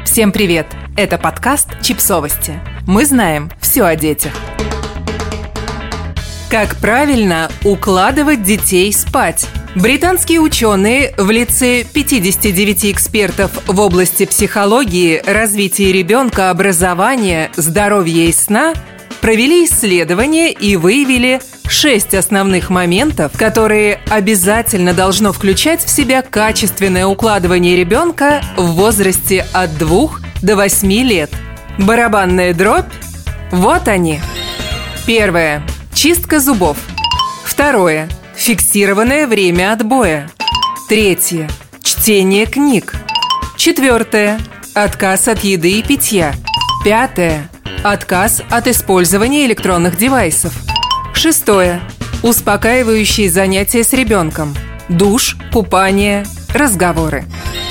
Всем привет! Это подкаст «Чипсовости». Мы знаем все о детях. Как правильно укладывать детей спать? Британские ученые в лице 59 экспертов в области психологии, развития ребенка, образования, здоровья и сна провели исследование и выявили 6 основных моментов, которые обязательно должно включать в себя качественное укладывание ребенка в возрасте от 2 до 8 лет. Барабанная дробь? Вот они. Первое. Чистка зубов. Второе. Фиксированное время отбоя. Третье. Чтение книг. Четвертое. Отказ от еды и питья. Пятое. Отказ от использования электронных девайсов. Шестое. Успокаивающие занятия с ребенком. Душ, купание, разговоры.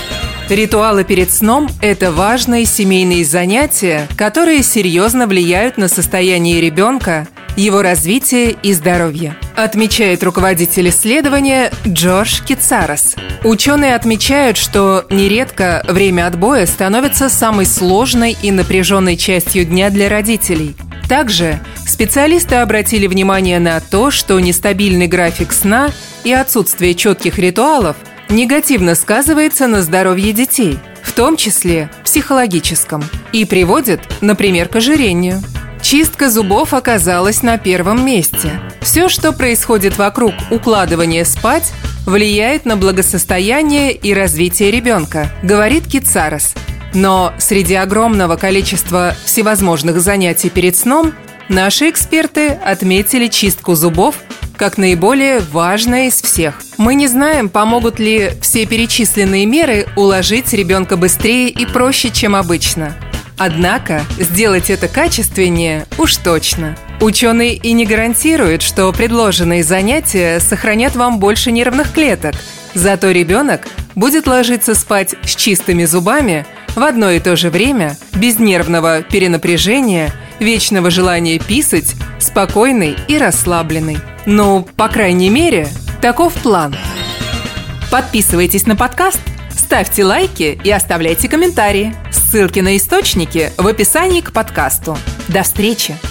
Ритуалы перед сном – это важные семейные занятия, которые серьезно влияют на состояние ребенка, его развитие и здоровье, отмечает руководитель исследования Джордж Кицарос. Ученые отмечают, что нередко время отбоя становится самой сложной и напряженной частью дня для родителей. Также специалисты обратили внимание на то, что нестабильный график сна и отсутствие четких ритуалов негативно сказывается на здоровье детей, в том числе психологическом, и приводит, например, к ожирению. Чистка зубов оказалась на первом месте. Все, что происходит вокруг укладывания спать, влияет на благосостояние и развитие ребенка, говорит Кицарос. Но среди огромного количества всевозможных занятий перед сном наши эксперты отметили чистку зубов как наиболее важное из всех. Мы не знаем, помогут ли все перечисленные меры уложить ребенка быстрее и проще, чем обычно. Однако сделать это качественнее уж точно. Ученые и не гарантируют, что предложенные занятия сохранят вам больше нервных клеток. Зато ребенок будет ложиться спать с чистыми зубами в одно и то же время, без нервного перенапряжения, вечного желания писать, спокойный и расслабленный. Ну, по крайней мере, таков план. Подписывайтесь на подкаст, ставьте лайки и оставляйте комментарии. Ссылки на источники в описании к подкасту. До встречи!